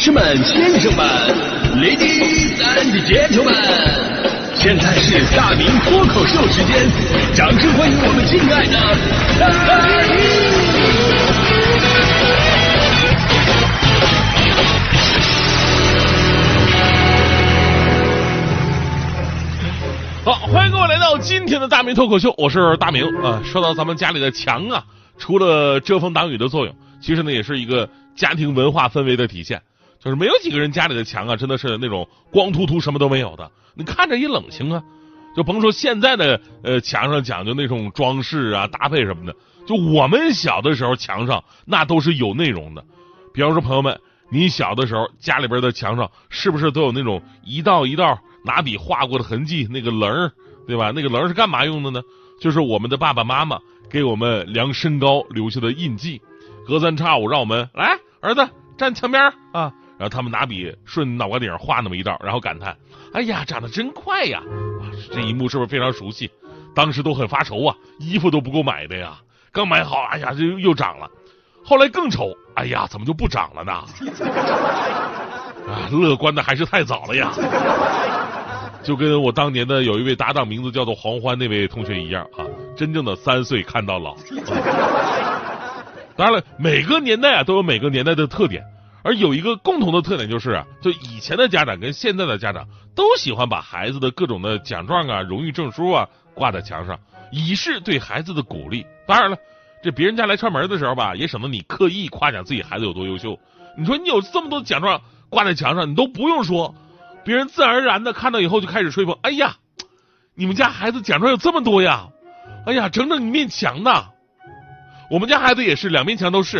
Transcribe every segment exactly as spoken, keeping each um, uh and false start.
士们、先生们 ，Ladies and Gentlemen， 现在是大明脱口秀时间，掌声欢迎我们敬爱的大明！ 好，欢迎各位来到今天的大明脱口秀，我是大明啊。说到咱们家里的墙啊，除了遮风挡雨的作用，其实呢也是一个家庭文化氛围的体现。就是没有几个人家里的墙啊，真的是那种光秃秃什么都没有的，你看着也冷清啊。就甭说现在的呃墙上讲究那种装饰啊、搭配什么的，就我们小的时候墙上那都是有内容的。比方说朋友们，你小的时候家里边的墙上是不是都有那种一道一道拿笔画过的痕迹，那个棱儿，对吧？那个棱儿是干嘛用的呢？就是我们的爸爸妈妈给我们量身高留下的印记。隔三差五让我们来，儿子站墙边啊，然后他们拿笔顺脑瓜顶画那么一道，然后感叹：哎呀，长得真快呀！啊，这一幕是不是非常熟悉？当时都很发愁啊，衣服都不够买的呀，刚买好，哎呀，这又长了。后来更愁，哎呀，怎么就不长了呢？啊，乐观的还是太早了呀。就跟我当年的有一位搭档，名字叫做黄欢那位同学一样啊，真正的三岁看到老。当然了，每个年代啊都有每个年代的特点，而有一个共同的特点就是啊，就以前的家长跟现在的家长都喜欢把孩子的各种的奖状啊、荣誉证书啊挂在墙上，以示对孩子的鼓励。当然了，这别人家来串门的时候吧，也省得你刻意夸奖自己孩子有多优秀。你说你有这么多奖状挂在墙上，你都不用说，别人自然而然的看到以后就开始吹捧。哎呀，你们家孩子奖状有这么多呀！哎呀，整整一面墙呢。我们家孩子也是两面墙都是。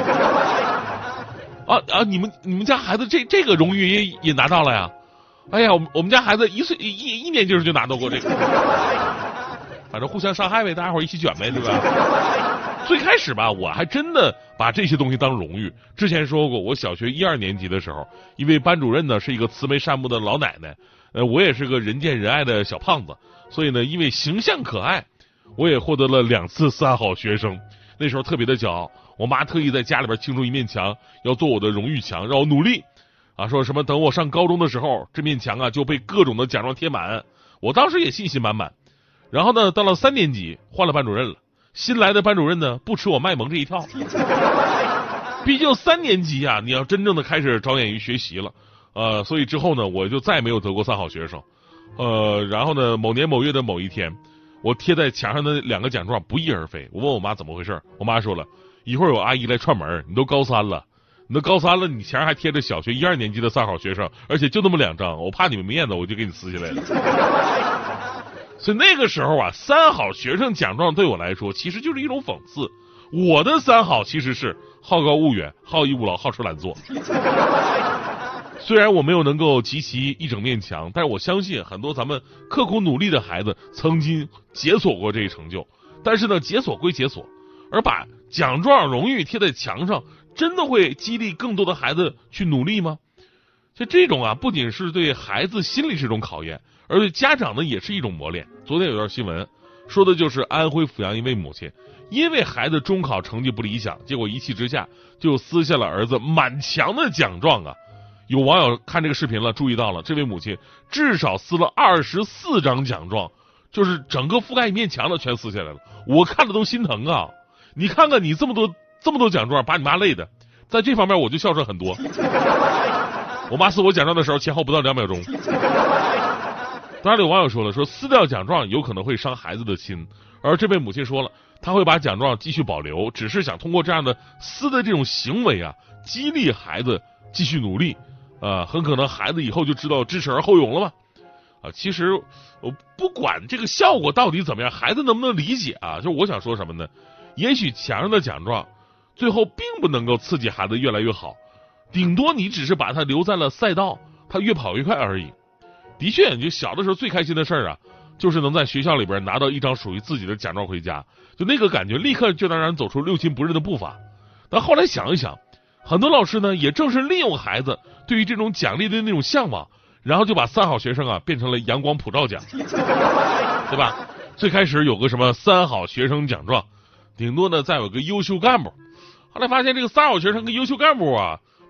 啊啊！你们你们家孩子这这个荣誉也也拿到了呀？哎呀，我们我们家孩子一岁一一年级时就拿到过这个。反正互相伤害呗，大家伙一起卷呗，对吧？最开始吧，我还真的把这些东西当荣誉。之前说过，我小学一二年级的时候，一位班主任呢是一个慈眉善目的老奶奶，呃，我也是个人见人爱的小胖子，所以呢，因为形象可爱，我也获得了两次三好学生。那时候特别的骄傲，我妈特意在家里边清出一面墙，要做我的荣誉墙，让我努力啊，说什么等我上高中的时候，这面墙啊就被各种的奖状贴满。我当时也信心满满。然后呢，到了三年级换了班主任了，新来的班主任呢不吃我卖萌这一套。毕竟三年级啊，你要真正的开始着眼于学习了，呃，所以之后呢，我就再也没有得过三好学生。呃，然后呢，某年某月的某一天，我贴在墙上的两个奖状不翼而飞。我问我妈怎么回事，我妈说了，一会儿有阿姨来串门，你都高三了，你都高三了，你墙上还贴着小学一二年级的三好学生，而且就那么两张，我怕你们没面子，我就给你撕下来了。所以那个时候啊，三好学生奖状对我来说其实就是一种讽刺。我的三好其实是好高骛远、好逸恶劳、好吃懒做。虽然我没有能够集齐一整面墙，但是我相信很多咱们刻苦努力的孩子曾经解锁过这一成就。但是呢，解锁归解锁，而把奖状荣誉贴在墙上，真的会激励更多的孩子去努力吗？就这种啊，不仅是对孩子心理是一种考验，而对家长呢也是一种磨练。昨天有条新闻说的就是安徽阜阳一位母亲，因为孩子中考成绩不理想，结果一气之下就撕下了儿子满墙的奖状啊。有网友看这个视频了，注意到了这位母亲至少撕了二十四张奖状，就是整个覆盖一面墙的全撕下来了。我看了都心疼啊！你看看你这么多这么多奖状，把你妈累的。在这方面我就孝顺很多。我妈撕我奖状的时候前后不到两秒钟。当然有网友说了，说撕掉奖状有可能会伤孩子的心，而这位母亲说了，她会把奖状继续保留，只是想通过这样的撕的这种行为啊，激励孩子继续努力。呃，很可能孩子以后就知道知耻而后勇了嘛。啊，其实我不管这个效果到底怎么样，孩子能不能理解啊？就我想说什么呢？也许墙上的奖状最后并不能够刺激孩子越来越好，顶多你只是把他留在了赛道，他越跑越快而已。的确，就小的时候最开心的事儿啊，就是能在学校里边拿到一张属于自己的奖状回家，就那个感觉立刻就能让人走出六亲不认的步伐。但后来想一想，很多老师呢也正是利用孩子对于这种奖励的那种向往，然后就把三好学生啊变成了阳光普照奖，对吧？最开始有个什么三好学生奖状，顶多呢再有个优秀干部，后来发现这个三好学生跟优秀干部啊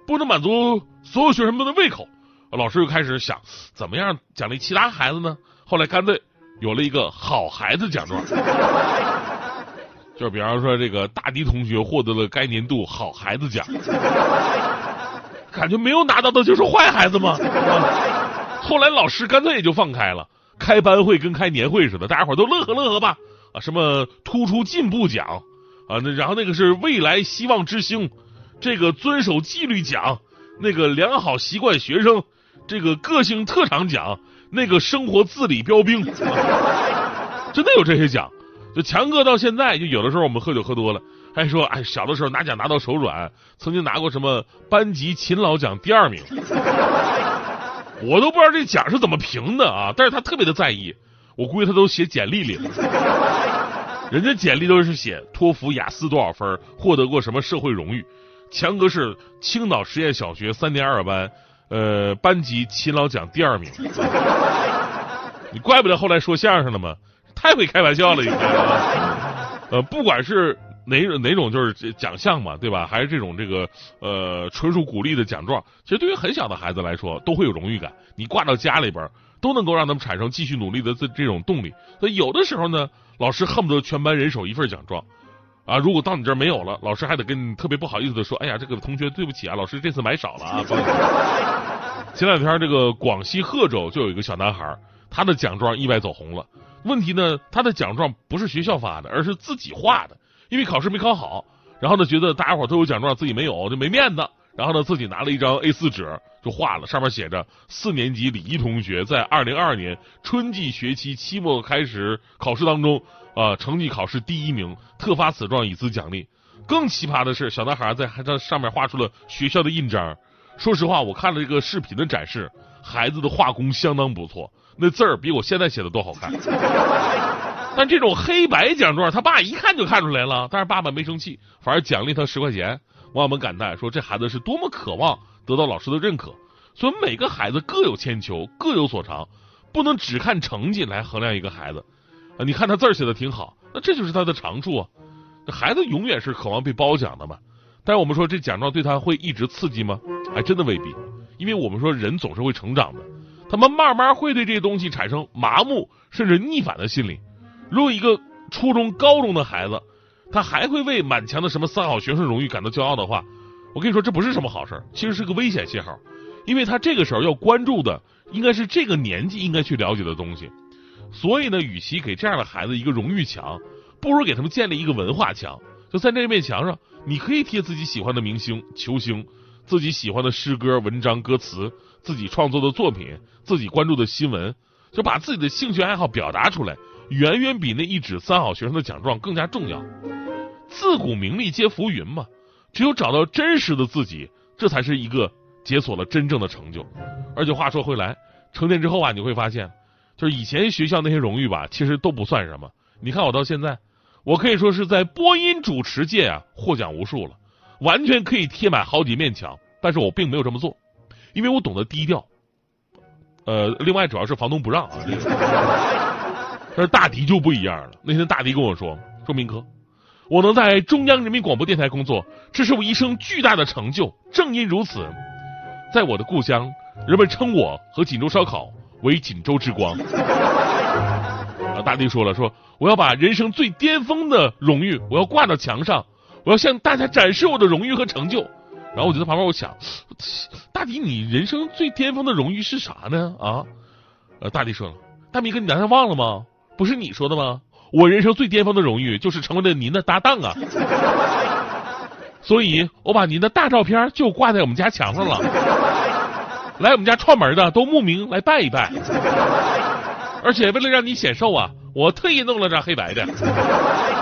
不能满足所有学生们的胃口。老师又开始想怎么样奖励其他孩子呢？后来干脆有了一个好孩子奖状。就是比方说这个大迪同学获得了该年度好孩子奖，感觉没有拿到的就是坏孩子吗？啊、后来老师干脆也就放开了，开班会跟开年会似的，大家伙都乐呵乐呵吧。啊，什么突出进步奖啊，那然后那个是未来希望之星，这个遵守纪律奖，那个良好习惯学生，这个个性特长奖，那个生活自理标兵，啊、真的有这些奖。就强哥到现在，就有的时候我们喝酒喝多了，还说哎，小的时候拿奖拿到手软，曾经拿过什么班级勤劳奖第二名，我都不知道这奖是怎么评的啊！但是他特别的在意，我估计他都写简历里了，人家简历都是写托福、雅思多少分，获得过什么社会荣誉。强哥是青岛实验小学三年二班，呃，班级勤劳奖第二名。你怪不得后来说相声了吗？太会开玩笑了，应该啊。呃，不管是哪哪种就是奖项嘛，对吧？还是这种这个呃纯属鼓励的奖状，其实对于很小的孩子来说，都会有荣誉感。你挂到家里边，都能够让他们产生继续努力的这这种动力。所以有的时候呢，老师恨不得全班人手一份奖状。啊，如果到你这儿没有了，老师还得跟你特别不好意思的说，哎呀，这个同学对不起啊，老师这次买少了啊。前两天这个广西贺州就有一个小男孩，他的奖状意外走红了。问题呢，他的奖状不是学校发的，而是自己画的，因为考试没考好，然后呢觉得大家伙都有奖状，自己没有，就没面子，然后呢自己拿了一张 A 四 纸就画了，上面写着四年级李一同学在二零二二年春季学期期末开始考试当中啊、呃，成绩考试第一名，特发此状以资奖励。更奇葩的是，小男孩在还在上面画出了学校的印章。说实话，我看了这个视频的展示，孩子的画工相当不错，那字儿比我现在写的都好看。但这种黑白奖状，他爸一看就看出来了，但是爸爸没生气，反而奖励他十块钱。网友们感叹说，这孩子是多么渴望得到老师的认可。所以每个孩子各有千秋，各有所长，不能只看成绩来衡量一个孩子。啊，你看他字儿写的挺好，那这就是他的长处啊。孩子永远是渴望被褒奖的嘛。但是我们说这奖状对他会一直刺激吗？还真的未必，因为我们说人总是会成长的，他们慢慢会对这些东西产生麻木甚至逆反的心理。如果一个初中高中的孩子，他还会为满墙的什么三好学生荣誉感到骄傲的话，我跟你说这不是什么好事，其实是个危险信号。因为他这个时候要关注的应该是这个年纪应该去了解的东西。所以呢，与其给这样的孩子一个荣誉墙，不如给他们建立一个文化墙。就在这面墙上，你可以贴自己喜欢的明星、球星，自己喜欢的诗歌、文章、歌词，自己创作的作品，自己关注的新闻，就把自己的兴趣爱好表达出来，远远比那一纸三好学生的奖状更加重要。自古名利皆浮云嘛，只有找到真实的自己，这才是一个解锁了真正的成就。而且话说回来，成年之后啊，你会发现，就是以前学校那些荣誉吧，其实都不算什么。你看我到现在，我可以说是在播音主持界啊获奖无数了，完全可以贴满好几面墙。但是我并没有这么做，因为我懂得低调。呃，另外主要是房东不让啊。这个、但是大迪就不一样了。那天大迪跟我说：“说明哥，我能在中央人民广播电台工作，这是我一生巨大的成就。正因如此，在我的故乡，人们称我和锦州烧烤为锦州之光。”啊，大迪说了，说我要把人生最巅峰的荣誉，我要挂到墙上，我要向大家展示我的荣誉和成就。然后我就在旁边，我想，大迪，你人生最巅峰的荣誉是啥呢？啊，呃，大迪说了，大明哥，你难道忘了吗？不是你说的吗？我人生最巅峰的荣誉就是成为了您的搭档啊。所以我把您的大照片就挂在我们家墙上了，来我们家串门的都慕名来拜一拜。而且为了让你显瘦啊，我特意弄了张黑白的。